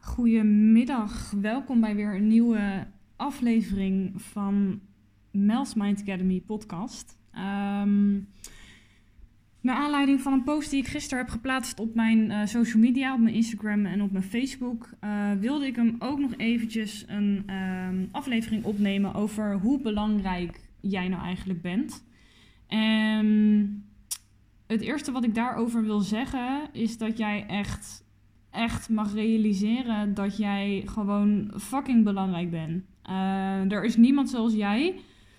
Goedemiddag, welkom bij weer een nieuwe aflevering van Mel's Mind Academy podcast. Naar aanleiding van een post die ik gisteren heb geplaatst op mijn social media, op mijn Instagram en op mijn Facebook, wilde ik hem ook nog eventjes een aflevering opnemen over hoe belangrijk jij nou eigenlijk bent. En het eerste wat ik daarover wil zeggen is dat jij echt mag realiseren dat jij gewoon fucking belangrijk bent. Er is niemand zoals jij.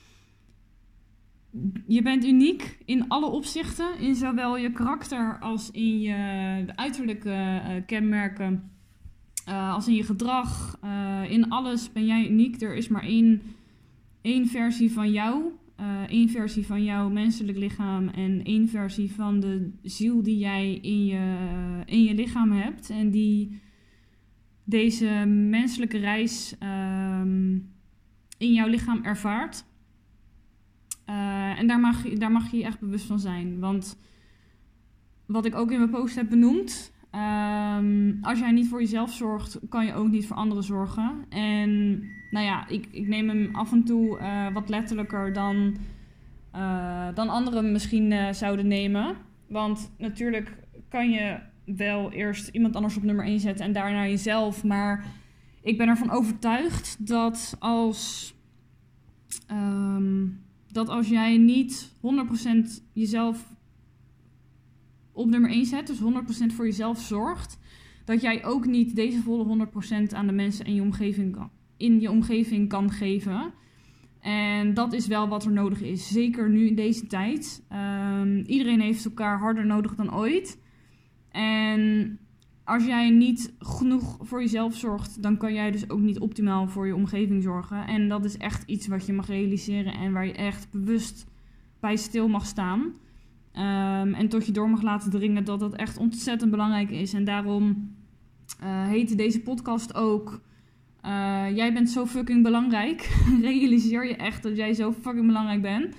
Je bent uniek in alle opzichten, in zowel je karakter als in je uiterlijke kenmerken, als in je gedrag. In alles ben jij uniek. Er is maar één versie van jou. Één versie van jouw menselijk lichaam en één versie van de ziel die jij in je lichaam hebt. En die deze menselijke reis in jouw lichaam ervaart. En daar mag je je echt bewust van zijn. Want wat ik ook in mijn post heb benoemd, als jij niet voor jezelf zorgt, kan je ook niet voor anderen zorgen. En nou ja, ik neem hem af en toe wat letterlijker dan anderen misschien zouden nemen. Want natuurlijk kan je wel eerst iemand anders op nummer 1 zetten en daarna jezelf. Maar ik ben ervan overtuigd dat als jij niet 100% jezelf op nummer 1 zet, dus 100% voor jezelf zorgt, dat jij ook niet deze volle 100% aan de mensen in je omgeving kan geven. En dat is wel wat er nodig is, zeker nu in deze tijd. Iedereen heeft elkaar harder nodig dan ooit. En als jij niet genoeg voor jezelf zorgt, dan kan jij dus ook niet optimaal voor je omgeving zorgen. En dat is echt iets wat je mag realiseren en waar je echt bewust bij stil mag staan. En tot je door mag laten dringen dat dat echt ontzettend belangrijk is. En daarom heette deze podcast ook jij bent zo fucking belangrijk. Realiseer je echt dat jij zo fucking belangrijk bent.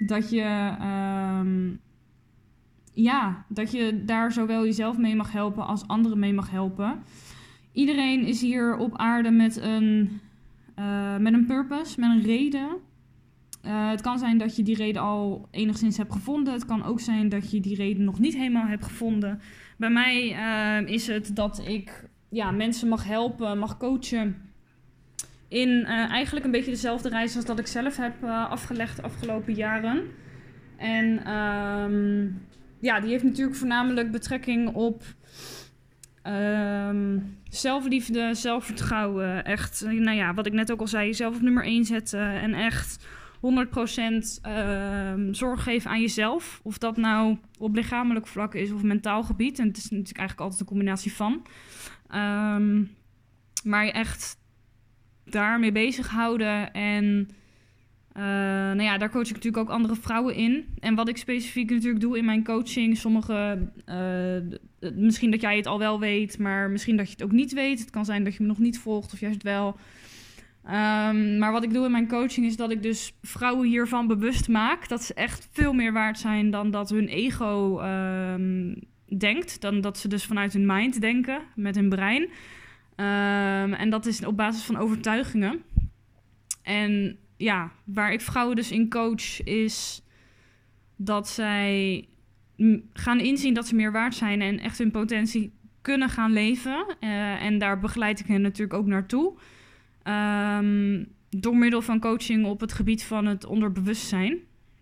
Dat je daar zowel jezelf mee mag helpen als anderen mee mag helpen. Iedereen is hier op aarde met een purpose, met een reden. Het kan zijn dat je die reden al enigszins hebt gevonden. Het kan ook zijn dat je die reden nog niet helemaal hebt gevonden. Bij mij is het dat ik mensen mag helpen, mag coachen in eigenlijk een beetje dezelfde reis als dat ik zelf heb afgelegd de afgelopen jaren. En die heeft natuurlijk voornamelijk betrekking op zelfliefde, zelfvertrouwen. Echt, wat ik net ook al zei, jezelf op nummer 1 zetten en echt 100% zorg geven aan jezelf. Of dat nou op lichamelijk vlak is of mentaal gebied. En het is natuurlijk eigenlijk altijd een combinatie van. Maar je echt daarmee bezighouden. En daar coach ik natuurlijk ook andere vrouwen in. En wat ik specifiek natuurlijk doe in mijn coaching. Sommige, misschien dat jij het al wel weet, maar misschien dat je het ook niet weet. Het kan zijn dat je me nog niet volgt of juist wel. Maar wat ik doe in mijn coaching is dat ik dus vrouwen hiervan bewust maak. Dat ze echt veel meer waard zijn dan dat hun ego denkt. Dan dat ze dus vanuit hun mind denken, met hun brein. En dat is op basis van overtuigingen. En ja, waar ik vrouwen dus in coach is dat zij gaan inzien dat ze meer waard zijn en echt hun potentie kunnen gaan leven. En daar begeleid ik hen natuurlijk ook naartoe. Door middel van coaching op het gebied van het onderbewustzijn.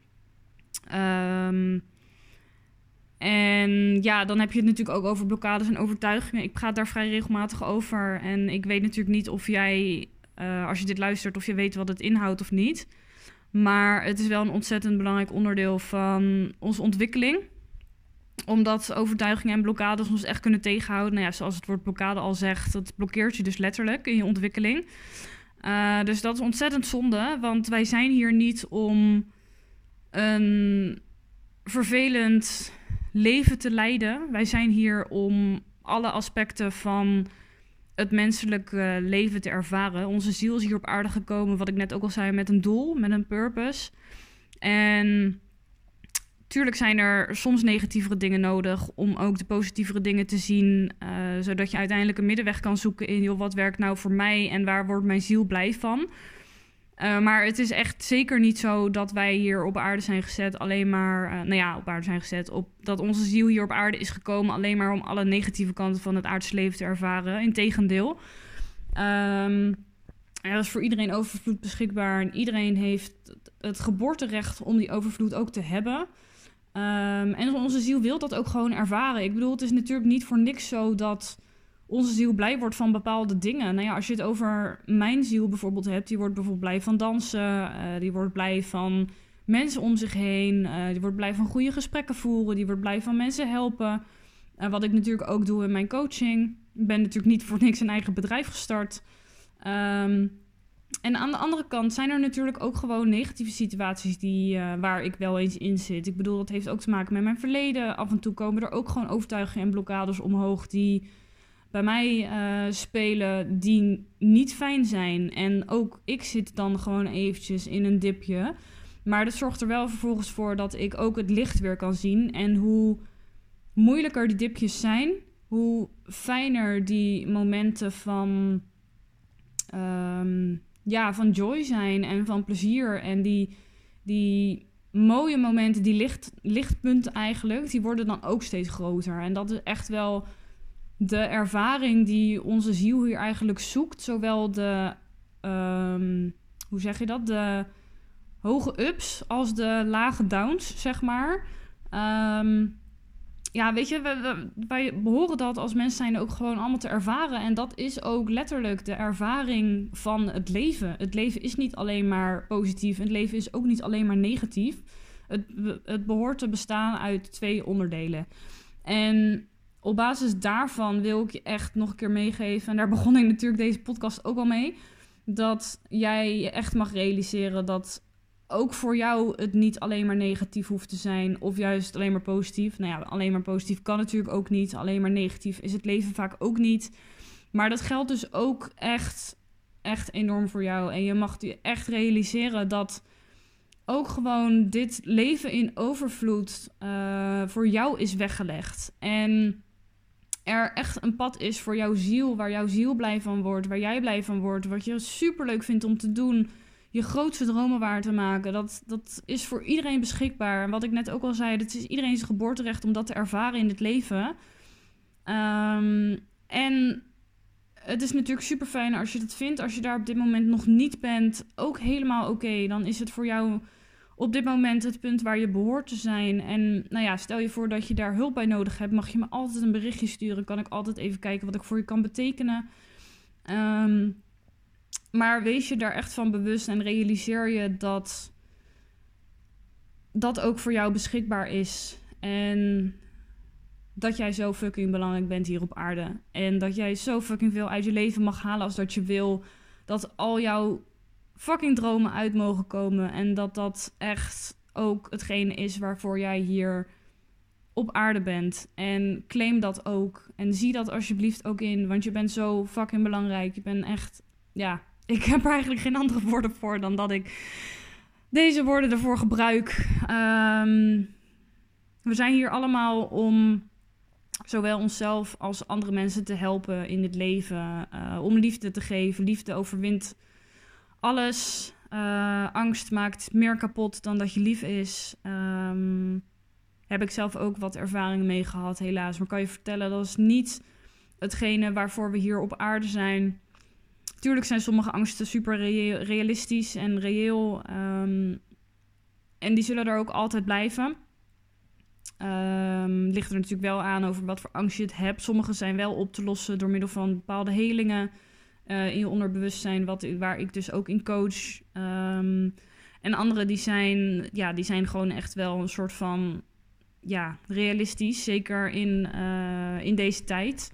En ja, dan heb je het natuurlijk ook over blokkades en overtuigingen. Ik praat daar vrij regelmatig over. En ik weet natuurlijk niet of jij, als je dit luistert, of je weet wat het inhoudt of niet. Maar het is wel een ontzettend belangrijk onderdeel van onze ontwikkeling. Omdat overtuigingen en blokkades ons echt kunnen tegenhouden. Nou ja, zoals het woord blokkade al zegt, dat blokkeert je dus letterlijk in je ontwikkeling. Dus dat is ontzettend zonde, want wij zijn hier niet om een vervelend leven te leiden. Wij zijn hier om alle aspecten van het menselijke leven te ervaren. Onze ziel is hier op aarde gekomen, wat ik net ook al zei, met een doel, met een purpose. En tuurlijk zijn er soms negatievere dingen nodig om ook de positievere dingen te zien. Zodat je uiteindelijk een middenweg kan zoeken in, joh, wat werkt nou voor mij en waar wordt mijn ziel blij van? Maar het is echt zeker niet zo dat wij hier op aarde zijn gezet alleen maar... op aarde zijn gezet. Dat onze ziel hier op aarde is gekomen alleen maar om alle negatieve kanten van het aardse leven te ervaren. Integendeel. Er is voor iedereen overvloed beschikbaar. En iedereen heeft het geboorterecht om die overvloed ook te hebben. En onze ziel wil dat ook gewoon ervaren. Ik bedoel, het is natuurlijk niet voor niks zo dat onze ziel blij wordt van bepaalde dingen. Nou ja, als je het over mijn ziel bijvoorbeeld hebt, die wordt bijvoorbeeld blij van dansen, die wordt blij van mensen om zich heen, die wordt blij van goede gesprekken voeren, die wordt blij van mensen helpen. Wat ik natuurlijk ook doe in mijn coaching. Ik ben natuurlijk niet voor niks een eigen bedrijf gestart. En aan de andere kant zijn er natuurlijk ook gewoon negatieve situaties waar ik wel eens in zit. Ik bedoel, dat heeft ook te maken met mijn verleden. Af en toe komen er ook gewoon overtuigingen en blokkades omhoog die bij mij spelen, die niet fijn zijn. En ook ik zit dan gewoon eventjes in een dipje. Maar dat zorgt er wel vervolgens voor dat ik ook het licht weer kan zien. En hoe moeilijker die dipjes zijn, hoe fijner die momenten van van joy zijn en van plezier. En die mooie momenten, die lichtpunten eigenlijk, die worden dan ook steeds groter. En dat is echt wel de ervaring die onze ziel hier eigenlijk zoekt. Zowel de, hoe zeg je dat? De hoge ups als de lage downs, zeg maar. Weet je, wij behoren dat als mens zijn ook gewoon allemaal te ervaren. En dat is ook letterlijk de ervaring van het leven. Het leven is niet alleen maar positief. Het leven is ook niet alleen maar negatief. Het behoort te bestaan uit 2 onderdelen. En op basis daarvan wil ik je echt nog een keer meegeven. En daar begon ik natuurlijk deze podcast ook al mee. Dat jij je echt mag realiseren dat ook voor jou het niet alleen maar negatief hoeft te zijn. Of juist alleen maar positief. Nou ja, alleen maar positief kan natuurlijk ook niet. Alleen maar negatief is het leven vaak ook niet. Maar dat geldt dus ook echt enorm voor jou. En je mag je echt realiseren dat ook gewoon dit leven in overvloed voor jou is weggelegd. En er echt een pad is voor jouw ziel, waar jouw ziel blij van wordt, waar jij blij van wordt, wat je superleuk vindt om te doen, je grootste dromen waar te maken. Dat is voor iedereen beschikbaar. En wat ik net ook al zei, het is iedereen's geboorterecht om dat te ervaren in het leven. En het is natuurlijk super fijn als je dat vindt. Als je daar op dit moment nog niet bent, ook helemaal oké. Dan is het voor jou op dit moment het punt waar je behoort te zijn. En nou ja, stel je voor dat je daar hulp bij nodig hebt, mag je me altijd een berichtje sturen. Kan ik altijd even kijken wat ik voor je kan betekenen. Maar wees je daar echt van bewust en realiseer je dat dat ook voor jou beschikbaar is. En dat jij zo fucking belangrijk bent hier op aarde. En dat jij zo fucking veel uit je leven mag halen als dat je wil. Dat al jouw fucking dromen uit mogen komen. En dat dat echt ook hetgene is waarvoor jij hier op aarde bent. En claim dat ook. En zie dat alsjeblieft ook in. Want je bent zo fucking belangrijk. Je bent echt, ja, ik heb er eigenlijk geen andere woorden voor dan dat ik deze woorden ervoor gebruik. We zijn hier allemaal om zowel onszelf als andere mensen te helpen in het leven. Om liefde te geven. Liefde overwint alles. Angst maakt meer kapot dan dat je lief is. Heb ik zelf ook wat ervaringen mee gehad, helaas. Maar kan je vertellen, dat is niet hetgene waarvoor we hier op aarde zijn. Tuurlijk zijn sommige angsten super realistisch en reëel. En die zullen er ook altijd blijven. Ligt er natuurlijk wel aan over wat voor angst je het hebt. Sommige zijn wel op te lossen door middel van bepaalde helingen in je onderbewustzijn, waar ik dus ook in coach. En andere die zijn gewoon echt wel een soort van realistisch. Zeker in deze tijd.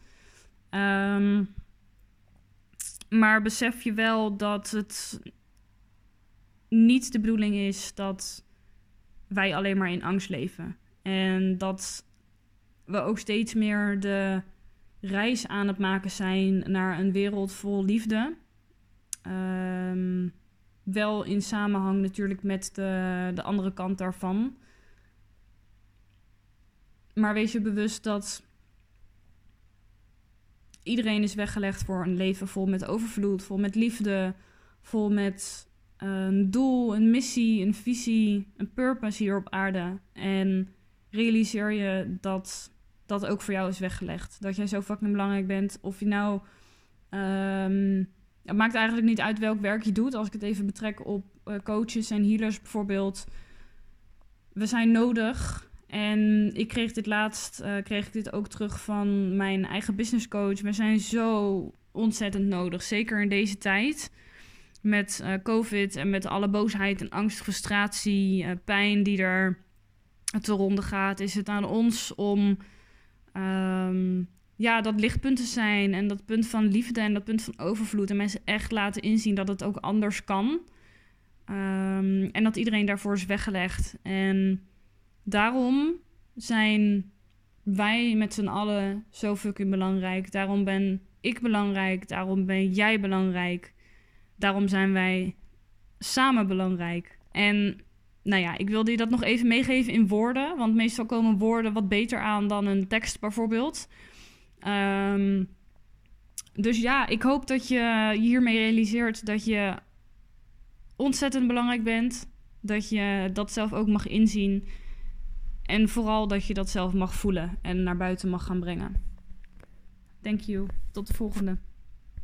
Maar besef je wel dat het niet de bedoeling is dat wij alleen maar in angst leven. En dat we ook steeds meer de reis aan het maken zijn naar een wereld vol liefde. Wel in samenhang natuurlijk met de andere kant daarvan. Maar wees je bewust dat iedereen is weggelegd voor een leven vol met overvloed, vol met liefde, vol met een doel, een missie, een visie, een purpose hier op aarde. En realiseer je dat dat ook voor jou is weggelegd. Dat jij zo fucking belangrijk bent. Of je nou... het maakt eigenlijk niet uit welk werk je doet. Als ik het even betrek op coaches en healers bijvoorbeeld. We zijn nodig. En ik kreeg dit laatst ook terug van mijn eigen business coach. We zijn zo ontzettend nodig. Zeker in deze tijd. Met COVID en met alle boosheid en angst, frustratie, pijn die er te ronde gaat. Is het aan ons om dat lichtpunt te zijn. En dat punt van liefde en dat punt van overvloed. En mensen echt laten inzien dat het ook anders kan. En dat iedereen daarvoor is weggelegd. En daarom zijn wij met z'n allen zo fucking belangrijk. Daarom ben ik belangrijk. Daarom ben jij belangrijk. Daarom zijn wij samen belangrijk. En nou ja, ik wilde je dat nog even meegeven in woorden. Want meestal komen woorden wat beter aan dan een tekst bijvoorbeeld. Dus ja, ik hoop dat je hiermee realiseert dat je ontzettend belangrijk bent. Dat je dat zelf ook mag inzien. En vooral dat je dat zelf mag voelen en naar buiten mag gaan brengen. Thank you. Tot de volgende.